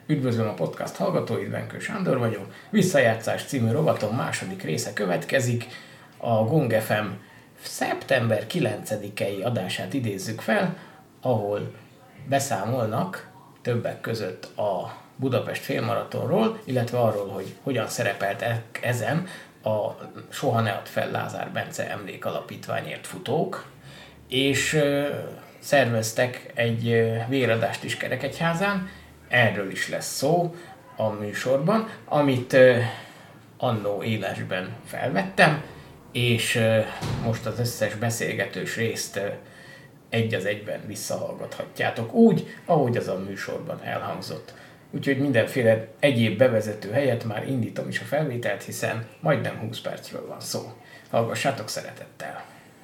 Üdvözlöm a podcast hallgatóit, Benkő Sándor vagyok. Visszajátszás című rovatom második része következik. A Gong FM szeptember 9-i adását idézzük fel, ahol beszámolnak többek között a Budapest félmaratonról, illetve arról, hogy hogyan szerepelt ezen a Soha ne add fel Lázár Bence emlékalapítványért futók, és szerveztek egy véradást is Kerekegyházán. Erről is lesz szó a műsorban, amit annó élesben felvettem, és most az összes beszélgetős részt egy az egyben visszahallgathatjátok úgy, ahogy az a műsorban elhangzott. Úgyhogy mindenféle egyéb bevezető helyett már indítom is a felvételt, hiszen majdnem 20 percről van szó. Hallgassátok szeretettel!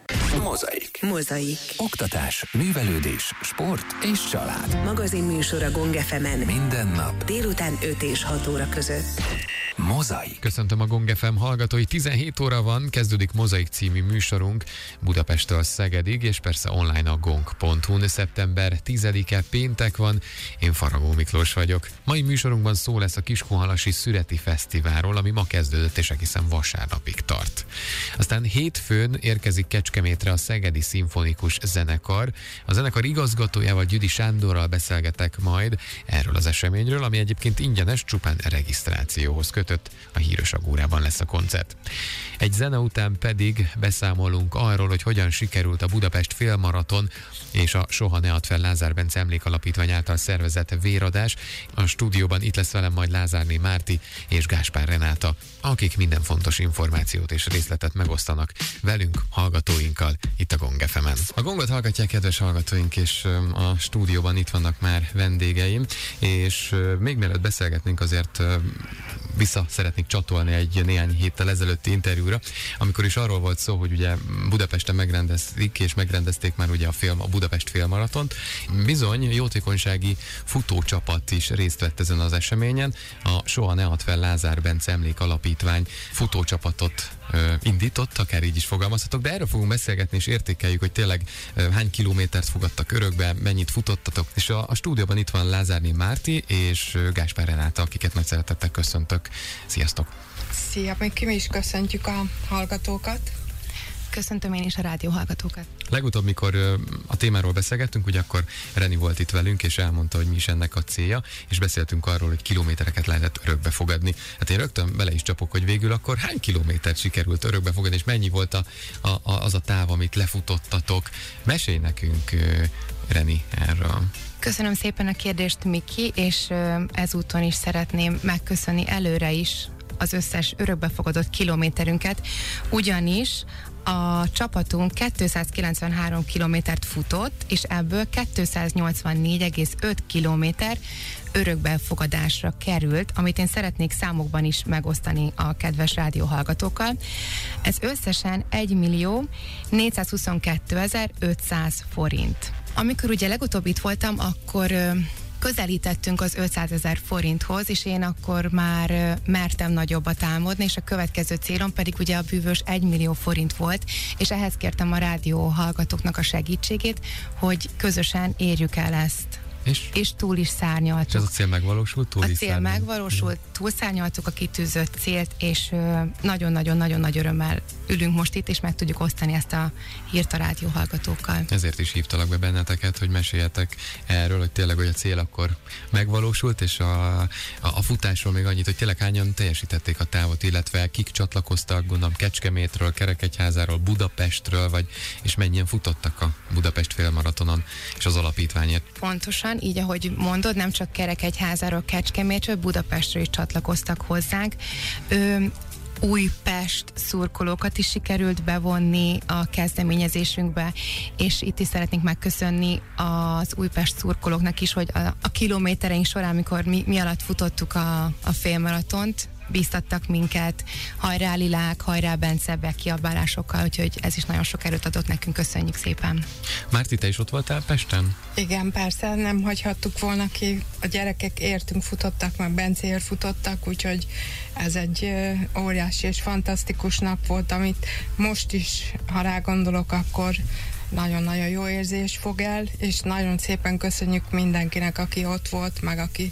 Mozaik. Oktatás, művelődés, sport és család. Magazinműsor a Gong FM-en. Minden nap. Délután 5 és 6 óra között. Mozaik. Köszöntöm a Gong FM hallgatói, 17 óra van, kezdődik Mozaik című műsorunk Budapesttől Szegedig, és persze online a gong.hu-n. Szeptember 10-e péntek van, én Faragó Miklós vagyok. Mai műsorunkban szó lesz a Kiskunhalasi Szüreti Fesztiválról, ami ma kezdődött és egészen vasárnapig tart. Aztán hétfőn érkezik Kecskemétre a Szegedi Szimfonikus Zenekar. A zenekar igazgatójával, Gyüdi Sándorral beszélgetek majd erről az eseményről, ami egyébként ingyenes, csupán regisztrációhoz kötött. A Híres Agórában lesz a koncert. Egy zene után pedig beszámolunk arról, hogy hogyan sikerült a Budapest félmaraton és a Soha ne add fel Lázár Bence emlékalapítvány által szervezett véradás. A stúdióban itt lesz velem majd Lázárné Márti és Gáspár Renáta, akik minden fontos információt és részletet megosztanak velünk, hallgatóinkkal itt a Gong FM-en. A Gongot hallgatják, kedves hallgatóink, és a stúdióban itt vannak már vendégeim, és még mielőtt beszélgetnénk, azért vissza szeretnék csatolni egy néhány héttel ezelőtti interjúra, amikor is arról volt szó, hogy ugye Budapesten megrendezik, és megrendezték már ugye a Budapest félmaratont. Bizony jótékonysági futócsapat is részt vett ezen az eseményen. A Soha ne add fel Lázár Bence emlékalapítvány futócsapatot indított, akár így is fogalmazhatok, de erről fogunk beszélgetni, és értékeljük, hogy tényleg hány kilométert fogadtak örökbe, mennyit futottatok. És a stúdióban itt van Lázárné Márti és Gáspár Renáta, akiket nagy szeretettel köszöntök. Sziasztok! Szia, mi is köszöntjük a hallgatókat. Köszöntöm én is a rádió hallgatókat. Legutóbb, mikor a témáról beszélgettünk, ugye akkor Reni volt itt velünk, és elmondta, hogy mi is ennek a célja, és beszéltünk arról, hogy kilométereket lehetett örökbe fogadni. Hát én rögtön bele is csapok, hogy végül akkor hány kilométert sikerült örökbe fogadni, és mennyi volt az a táv, amit lefutottatok. Mesélj nekünk, Reni, erről. Köszönöm szépen a kérdést, Miki, és ezúton is szeretném megköszönni előre is az összes örökbefogadott kilométerünket, ugyanis a csapatunk 293 kilométert futott, és ebből 284,5 kilométer örökbefogadásra került, amit én szeretnék számokban is megosztani a kedves rádióhallgatókkal. Ez összesen 1.422.500 forint. Amikor ugye legutóbb itt voltam, akkor közelítettünk az 500 000 forinthoz, és én akkor már mertem nagyobbat álmodni, és a következő célom pedig ugye a bűvös 1 millió forint volt, és ehhez kértem a rádió hallgatóknak a segítségét, hogy közösen érjük el ezt. És túl is szárnyaltuk. És ez a cél megvalósult? A cél megvalósult, túlszárnyaltuk a kitűzött célt, és nagyon-nagyon-nagyon nagy örömmel ülünk most itt, és meg tudjuk osztani ezt a hírt a rádió hallgatókkal. Ezért is hívtalak be benneteket, hogy meséljetek erről, hogy tényleg hogy a cél akkor megvalósult, és a futásról még annyit, hogy tényleg hányan teljesítették a távot, illetve kik csatlakoztak, gondolom Kecskemétről, Kerekegyházáról, Budapestről, és mennyien futottak a Budapest félmaratonon és az alapítványért. Pontosan, így ahogy mondod, nem csak Kerekegyházáról, Kecskemétről, Budapestről is csatlakoztak hozzánk. Újpest szurkolókat is sikerült bevonni a kezdeményezésünkbe, és itt is szeretnénk megköszönni az Újpest szurkolóknak is, hogy a kilométereink során, amikor mi alatt futottuk a félmaratont, bíztattak minket, hajrá Lilák, hajrá Bence kiabálásokkal, úgyhogy ez is nagyon sok erőt adott nekünk, köszönjük szépen. Márti, te is ott voltál Pesten? Igen, persze, nem hagyhattuk volna ki, a gyerekek értünk futottak, meg Bencéért futottak, úgyhogy ez egy óriási és fantasztikus nap volt, amit most is, ha rá gondolok, akkor nagyon-nagyon jó érzés fog el, és nagyon szépen köszönjük mindenkinek, aki ott volt, meg aki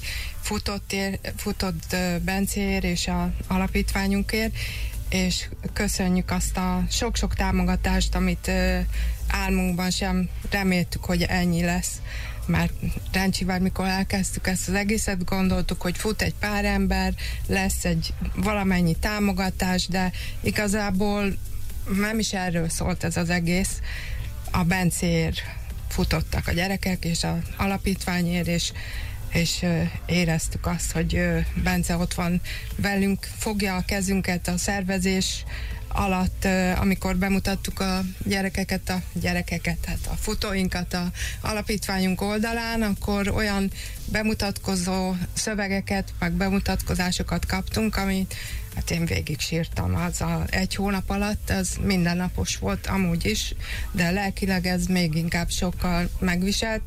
futott Bencéért és az alapítványunkért, és köszönjük azt a sok-sok támogatást, amit álmunkban sem reméltük, hogy ennyi lesz. Mert Rencsivel, mikor elkezdtük ezt az egészet, gondoltuk, hogy fut egy pár ember, lesz egy valamennyi támogatás, de igazából nem is erről szólt ez az egész. A Bencéért futottak a gyerekek, és az alapítványért, és éreztük azt, hogy Bence ott van velünk, fogja a kezünket a szervezés alatt, amikor bemutattuk a gyerekeket, hát a futóinkat a alapítványunk oldalán, akkor olyan bemutatkozó szövegeket, meg bemutatkozásokat kaptunk, amit hát én végig sírtam. Az egy hónap alatt, az mindennapos volt amúgy is, de lelkileg ez még inkább sokkal megviselt,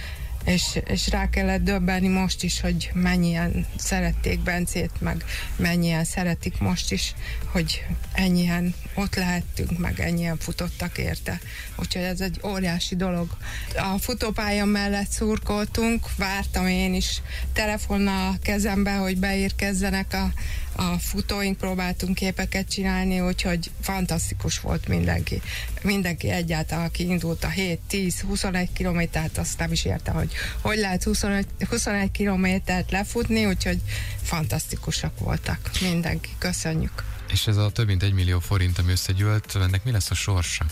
és rá kellett döbbenni most is, hogy mennyien szerették Bencét, meg mennyien szeretik most is, hogy ennyien ott lehettünk, meg ennyien futottak érte. Úgyhogy ez egy óriási dolog. A futópálya mellett szurkoltunk, vártam én is telefonnal a kezembe, hogy beérkezzenek a futóink, próbáltunk képeket csinálni, úgyhogy fantasztikus volt mindenki. Mindenki egyáltalán, aki indult a 7, 10, 21 kilométert, azt nem is érte, hogy lehet 21 kilométert lefutni, úgyhogy fantasztikusak voltak. Mindenki, köszönjük. És ez a több mint 1 millió forint, ami összegyűlt, ennek mi lesz a sorsa?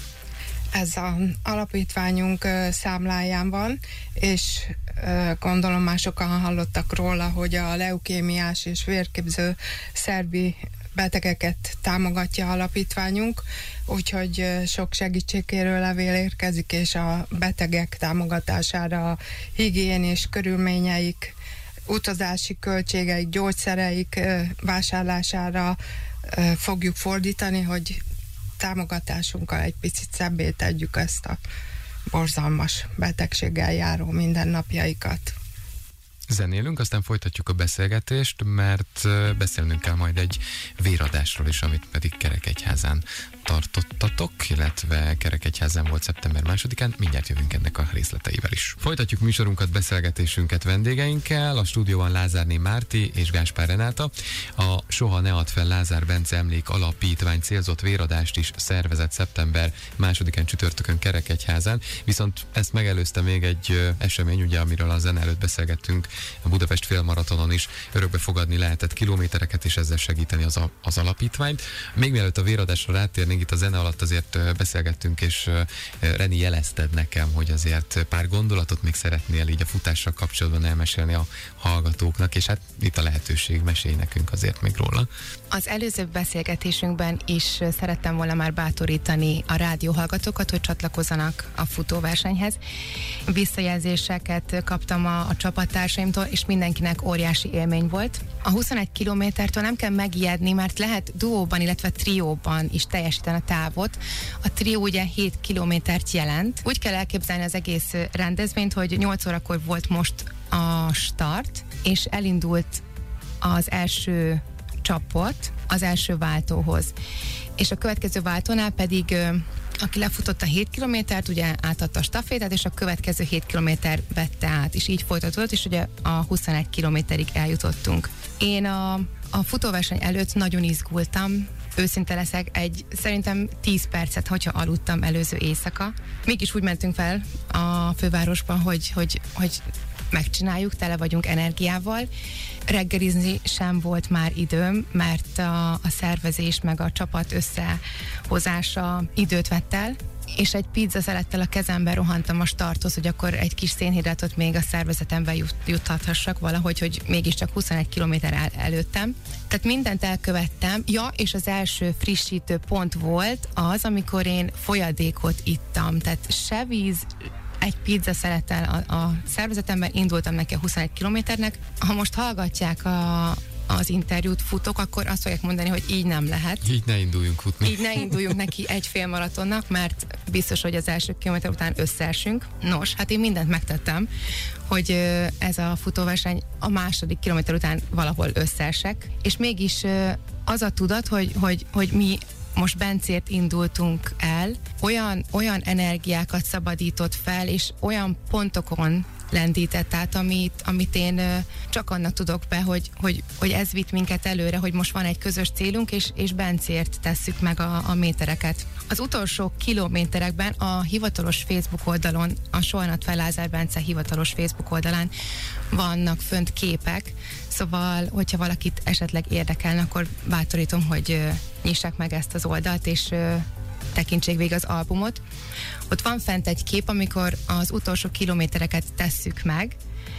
Ez az alapítványunk számláján van, és gondolom már sokan hallottak róla, hogy a leukémiás és vérképző szervi betegeket támogatja alapítványunk, úgyhogy sok segítségkérő levél érkezik, és a betegek támogatására, a higiénés körülményeik, utazási költségeik, gyógyszereik vásárlására fogjuk fordítani, hogy támogatásunkkal egy picit szebbé tegyük ezt a borzalmas betegséggel járó mindennapjaikat. Zenélünk, aztán folytatjuk a beszélgetést, mert beszélnünk kell majd egy véradásról is, amit pedig Kerekegyházán tartottatok, illetve Kerekegyházán volt szeptember 2-án, mindjárt jövünk ennek a részleteivel is. Folytatjuk műsorunkat, beszélgetésünket vendégeinkkel, a stúdióban Lázárné Márti és Gáspár Renáta. A Soha ne add fel Lázár Bence Emlék Alapítvány célzott véradást is szervezett szeptember 2-án csütörtökön Kerekegyházán, viszont ezt megelőzte még egy esemény, ugye, amiről a zene előtt beszélgettünk, a Budapest félmaratonon is örökbe fogadni lehetett kilométereket, és ezzel segíteni az alapítványt. Még mielőtt a véradásra rátérnénk, itt a zene alatt azért beszélgettünk, és Reni, jelezted nekem, hogy azért pár gondolatot még szeretnél így a futással kapcsolatban elmesélni a hallgatóknak, és hát itt a lehetőség, mesélj nekünk azért még róla. Az előző beszélgetésünkben is szerettem volna már bátorítani a rádióhallgatókat, hogy csatlakozzanak a futóversenyhez. Visszajelzéseket kaptam a csapattársaimtól, és mindenkinek óriási élmény volt. A 21 kilométertől nem kell megijedni, mert lehet duóban, illetve trióban is teljesíteni a távot. A trió ugye 7 kilométert jelent. Úgy kell elképzelni az egész rendezvényt, hogy 8 órakor volt most a start, és elindult az első csapot az első váltóhoz. És a következő váltónál pedig aki lefutott a 7 kilométert, ugye átadta a stafétát, és a következő 7 kilométer vette át, és így folytatódott, és ugye a 21 kilométerig eljutottunk. Én a futóverseny előtt nagyon izgultam, őszinte leszek, szerintem 10 percet, hogyha aludtam előző éjszaka. Mégis úgy mentünk fel a fővárosban, hogy megcsináljuk, tele vagyunk energiával. Reggelizni sem volt már időm, mert a szervezés meg a csapat összehozása időt vett el, és egy pizza szelettel a kezemben rohantam a starthoz, hogy akkor egy kis szénhidrátot még a szervezetemben juthathassak valahogy, hogy mégiscsak 21 kilométer előttem. Tehát mindent elkövettem. Ja, és az első frissítő pont volt az, amikor én folyadékot ittam. Tehát se víz, egy pizza szelettel a szervezetemben indultam neki a 21 kilométernek. Ha most hallgatják az interjút futok, akkor azt fogják mondani, hogy így nem lehet. Így ne induljunk futni. Így ne induljunk neki egy félmaratonnak, mert biztos, hogy az első kilométer után összeesünk. Nos, hát én mindent megtettem, hogy ez a futóverseny a második kilométer után valahol összeesek, és mégis az a tudat, hogy mi most Bencért indultunk el, olyan energiákat szabadított fel, és olyan pontokon lendített át, amit én csak annak tudok be, hogy ez vitt minket előre, hogy most van egy közös célunk, és Bencért tesszük meg a métereket. Az utolsó kilométerekben a hivatalos Facebook oldalon, a Soha ne add fel Lázár Bence hivatalos Facebook oldalán vannak fönt képek, szóval, hogyha valakit esetleg érdekelne, akkor bátorítom, hogy nyissák meg ezt az oldalt, és tekintsék végig az albumot. Ott van fent egy kép, amikor az utolsó kilométereket tesszük meg,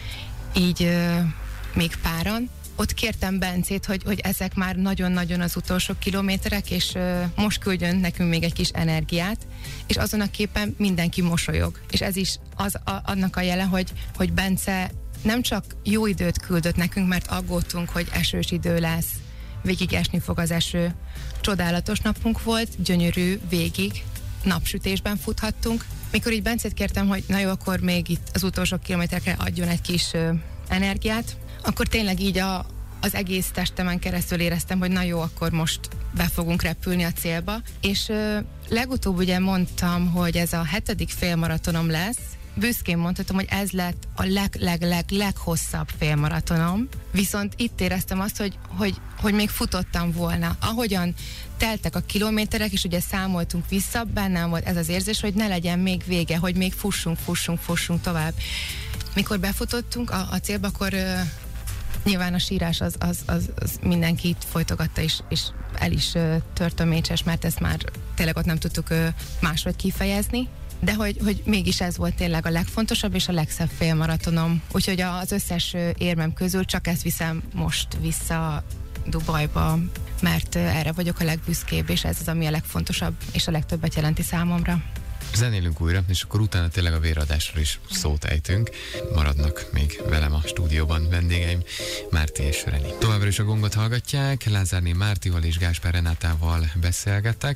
így még páran. Ott kértem Bencét, hogy ezek már nagyon-nagyon az utolsó kilométerek, és most küldjön nekünk még egy kis energiát, és azon a képen mindenki mosolyog. És ez is annak a jele, hogy Bence nem csak jó időt küldött nekünk, mert aggódtunk, hogy esős idő lesz, végig esni fog az eső. Csodálatos napunk volt, gyönyörű, végig, napsütésben futhattunk. Mikor így Bencét kértem, hogy na jó, akkor még itt az utolsó kilométerekre adjon egy kis energiát, akkor tényleg így az egész testemen keresztül éreztem, hogy na jó, akkor most be fogunk repülni a célba. És legutóbb ugye mondtam, hogy ez a 7. félmaratonom lesz, büszkén mondhatom, hogy ez lett a leghosszabb félmaratonom, viszont itt éreztem azt, hogy még futottam volna. Ahogyan teltek a kilométerek, és ugye számoltunk vissza, bennem volt ez az érzés, hogy ne legyen még vége, hogy még fussunk tovább. Mikor befutottunk a célba, akkor nyilván a sírás az mindenkit folytogatta, és el is tört a mécses, mert ezt már tényleg ott nem tudtuk máshogy kifejezni. De hogy mégis ez volt tényleg a legfontosabb és a legszebb félmaratonom. Úgyhogy az összes érmem közül csak ezt viszem most vissza Dubajba, mert erre vagyok a legbüszkébb, és ez az, ami a legfontosabb és a legtöbbet jelenti számomra. Zenélünk újra, és akkor utána tényleg a véradásról is szót ejtünk. Maradnak még velem a stúdióban vendégeim, Márti és Reni. Továbbra is a Gongot hallgatják, Lázárné Mártival és Gáspár Renátával beszélgettek,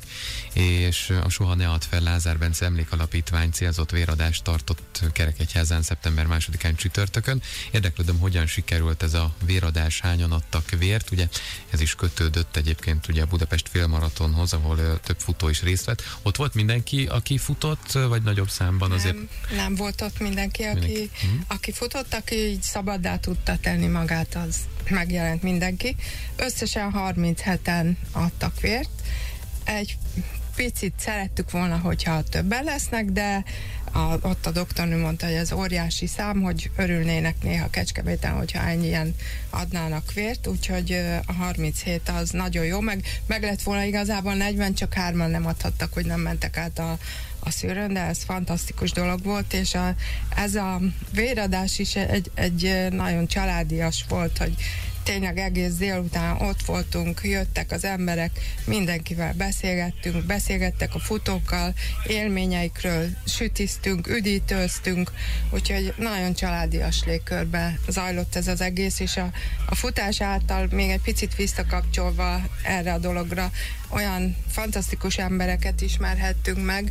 és a Soha ne add fel Lázár Bence Emlékalapítvány célzott véradást tartott Kerekegyházán szeptember 2-án csütörtökön. Érdeklődöm, hogyan sikerült ez a véradás, hányan adtak vért, ugye ez is kötődött egyébként ugye a Budapest félmaratonhoz, ahol több futó is részt vett. Ott volt mindenki, aki futott, vagy nagyobb számban azért? Nem volt ott mindenki, aki futott, aki így szabaddá tudta tenni magát, az megjelent mindenki. Összesen 37-en adtak vért. Egy picit szerettük volna, hogyha többen lesznek, de ott a doktornő mondta, hogy ez óriási szám, hogy örülnének néha Kecskeméten, hogyha ennyien adnának vért, úgyhogy a 37 az nagyon jó, meg lett volna igazából 40, csak 3-an nem adhattak, hogy nem mentek át a szűrőn, de ez fantasztikus dolog volt, és ez a véradás is egy nagyon családias volt, hogy tényleg egész délután ott voltunk, jöttek az emberek, mindenkivel beszélgettek a futókkal, élményeikről, sütiztünk, üdítőztünk, úgyhogy nagyon családias légkörbe zajlott ez az egész, és a futás által még egy picit visszakapcsolva erre a dologra olyan fantasztikus embereket ismerhettünk meg,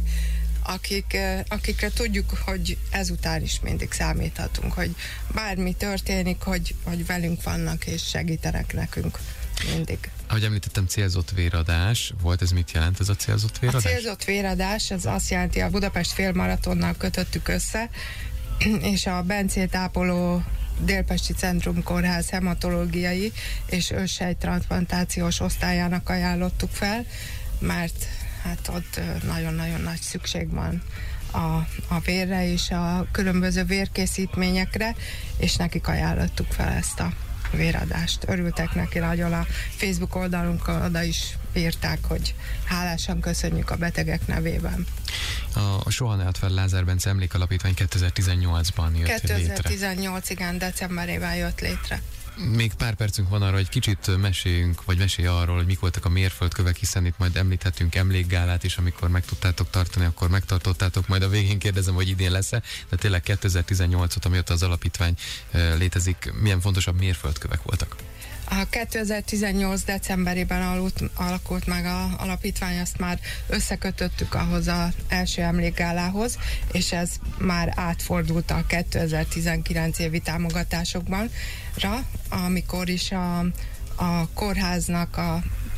akikre tudjuk, hogy ezután is mindig számíthatunk, hogy bármi történik, hogy velünk vannak és segítenek nekünk mindig. Ahogy említettem, célzott véradás volt, ez mit jelent ez a célzott véradás? A célzott véradás, az azt jelenti, a Budapest félmaratonnal kötöttük össze, és a Bencét ápoló Délpesti Centrum Kórház hematológiai és őssejttranszplantációs osztályának ajánlottuk fel, mert hát ott nagyon-nagyon nagy szükség van a vérre és a különböző vérkészítményekre, és nekik ajánlottuk fel ezt a véradást. Örültek neki nagyon, a Facebook oldalunkon oda is írták, hogy hálásan köszönjük a betegek nevében. A Soha ne add fel Lázár Bence Emlékalapítvány 2018-ban jött 2018, igen, decemberében jött létre. Még pár percünk van arra, hogy kicsit meséljünk, vagy mesélj arról, hogy mik voltak a mérföldkövek, hiszen itt majd említhetünk emlékgálát is, amikor meg tudtátok tartani, akkor megtartottátok, majd a végén kérdezem, hogy idén lesz-e, de tényleg 2018-ot, amióta az alapítvány létezik, milyen fontosabb mérföldkövek voltak? A 2018. decemberében alakult meg az alapítvány, azt már összekötöttük ahhoz az első emlékgálához, és ez már átfordult a 2019 évi támogatásokban, amikor is a kórháznak a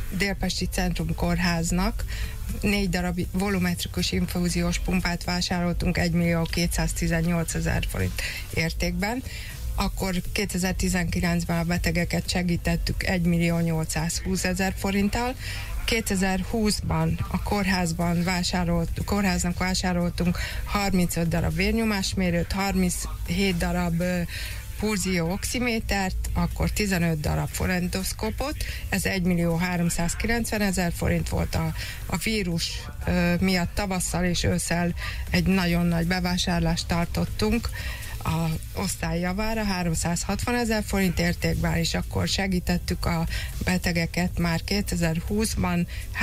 Délpesti Centrum Kórháznak 4 darab volumetrikus infúziós pumpát vásároltunk 1.218.000 forint értékben. Akkor 2019-ben a betegeket segítettük 1.820.000 forinttal. 2020-ban a kórháznak vásároltunk 35 darab vérnyomásmérőt, 37 darab pulzió oximétert, akkor 15 darab forendoszkopot, ez 1.390.000 forint volt. A vírus miatt tavasszal és ősszel egy nagyon nagy bevásárlást tartottunk a osztály javára 360.000 forint értékben, és akkor segítettük a betegeket már 2020-ban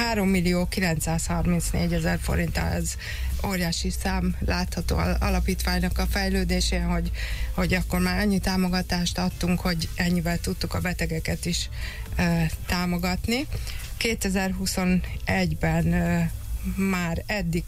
3.934.000 forinttal. Ez óriási szám, látható alapítványnak a fejlődésén, hogy akkor már ennyi támogatást adtunk, hogy ennyivel tudtuk a betegeket is támogatni. 2021-ben már eddig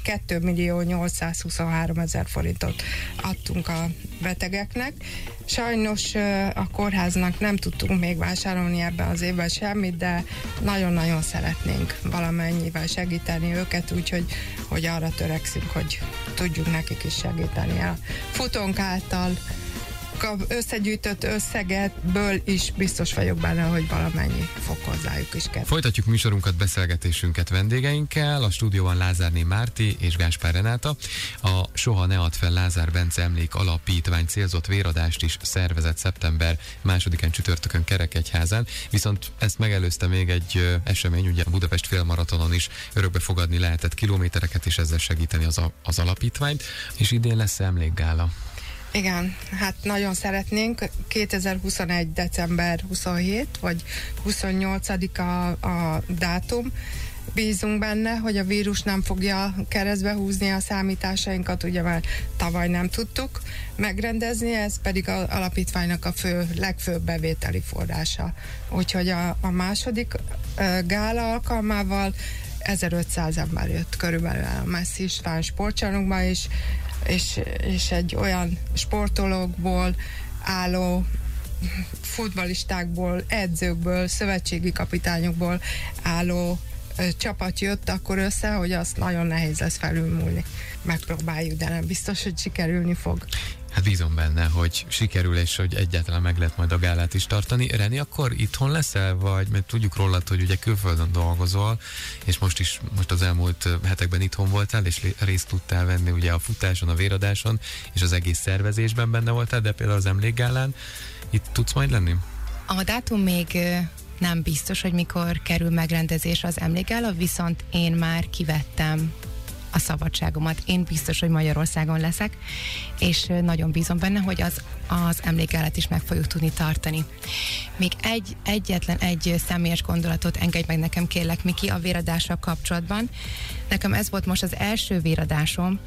2.823.000 forintot adtunk a betegeknek. Sajnos a kórháznak nem tudtunk még vásárolni ebben az évben semmit, de nagyon-nagyon szeretnénk valamennyivel segíteni őket, úgyhogy arra törekszünk, hogy tudjuk nekik is segíteni. A futónk által összegyűjtött összegetből is biztos vagyok benne, hogy valamennyi fog hozzájuk is kell. Folytatjuk műsorunkat, beszélgetésünket vendégeinkkel. A stúdióban Lázárné Márti és Gáspár Renáta. A Soha ne add fel Lázár Bence Emlék Alapítvány célzott véradást is szervezett szeptember 2-án csütörtökön Kerekegyházán, viszont ezt megelőzte még egy esemény, ugye a Budapest félmaratonon is örökbe fogadni lehetett kilométereket, és ezzel segíteni az alapítványt, és idén lesz emlékgála. Igen, hát nagyon szeretnénk. 2021. december 27 vagy 28 a dátum. Bízunk benne, hogy a vírus nem fogja keresztbe húzni a számításainkat, ugye már tavaly nem tudtuk megrendezni, ez pedig az alapítványnak a legfőbb bevételi forrása. Úgyhogy a második gála alkalmával 1500 ember jött körülbelül a Messzi István sportcsarnokba, és egy olyan sportolókból álló, futballistákból, edzőkből, szövetségi kapitányokból álló csapat jött akkor össze, hogy azt nagyon nehéz lesz felülmúlni. Megpróbáljuk, de nem biztos, hogy sikerülni fog. Hát bízom benne, hogy sikerül, és hogy egyáltalán meg lehet majd a gálát is tartani. Reni, akkor itthon leszel, vagy? Mert tudjuk rólad, hogy ugye külföldön dolgozol, és most az elmúlt hetekben itthon voltál, és részt tudtál venni ugye a futáson, a véradáson, és az egész szervezésben benne voltál, de például az emlékgálán itt tudsz majd lenni? A dátum még nem biztos, hogy mikor kerül megrendezésre az emlékgála, viszont én már kivettem a szabadságomat. Én biztos, hogy Magyarországon leszek, és nagyon bízom benne, hogy az emlékgálát is meg fogjuk tudni tartani. Még egyetlen egy személyes gondolatot engedj meg nekem, kérlek, Miki, a véradással kapcsolatban. Nekem ez volt most az első véradásom,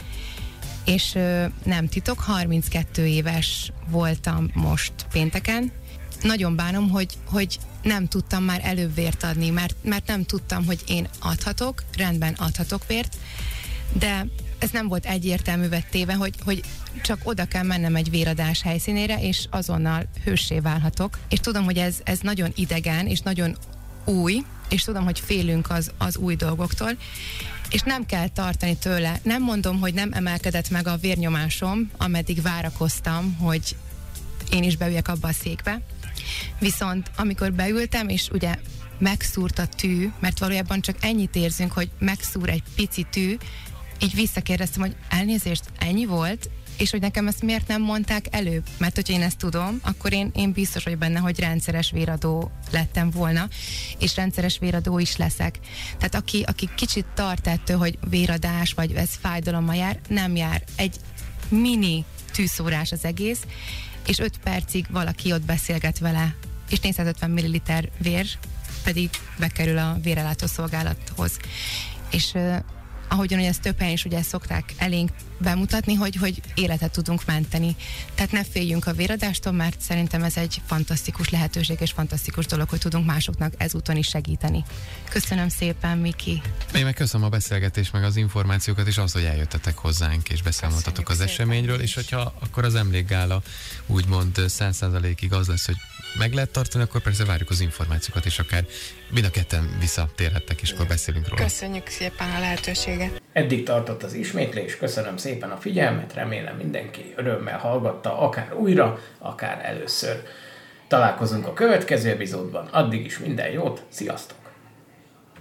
és nem titok, 32 éves voltam most pénteken. Nagyon bánom, hogy nem tudtam már előbb vért adni, mert nem tudtam, hogy én adhatok, rendben adhatok vért, de ez nem volt egyértelművé téve, hogy csak oda kell mennem egy véradás helyszínére, és azonnal hőssé válhatok. És tudom, hogy ez nagyon idegen, és nagyon új, és tudom, hogy félünk az új dolgoktól, és nem kell tartani tőle. Nem mondom, hogy nem emelkedett meg a vérnyomásom, ameddig várakoztam, hogy én is beüljek abba a székbe. Viszont amikor beültem, és ugye megszúrt a tű, mert valójában csak ennyit érzünk, hogy megszúr egy pici tű, így visszakérdeztem, hogy elnézést, ennyi volt, és hogy nekem ezt miért nem mondták előbb? Mert hogyha én ezt tudom, akkor én biztos vagyok benne, hogy rendszeres véradó lettem volna, és rendszeres véradó is leszek. Tehát aki kicsit tart ettől, hogy véradás, vagy ez fájdalommal jár, nem jár. Egy mini tűszórás az egész, és 5 percig valaki ott beszélget vele, és 450 ml vér pedig bekerül a vérellátó szolgálathoz. És ahogyan ugye ezt több helyen is ugye szokták elénk bemutatni, hogy életet tudunk menteni. Tehát ne féljünk a véradástól, mert szerintem ez egy fantasztikus lehetőség és fantasztikus dolog, hogy tudunk másoknak ezúton is segíteni. Köszönöm szépen, Miki. Én meg köszönöm a beszélgetést, meg az információkat, és az, hogy eljöttetek hozzánk, és beszámoltatok az eseményről, és hogyha akkor az emlékgála úgymond 100%-ig az lesz, hogy meg lehet tartani, akkor persze várjuk az információkat, és akár mind a ketten visszatérhettek, és akkor beszélünk róla. Köszönjük szépen a lehetőséget. Eddig tartott az ismétlés, köszönöm szépen a figyelmet, remélem mindenki örömmel hallgatta, akár újra, akár először. Találkozunk a következő epizódban, addig is minden jót, sziasztok!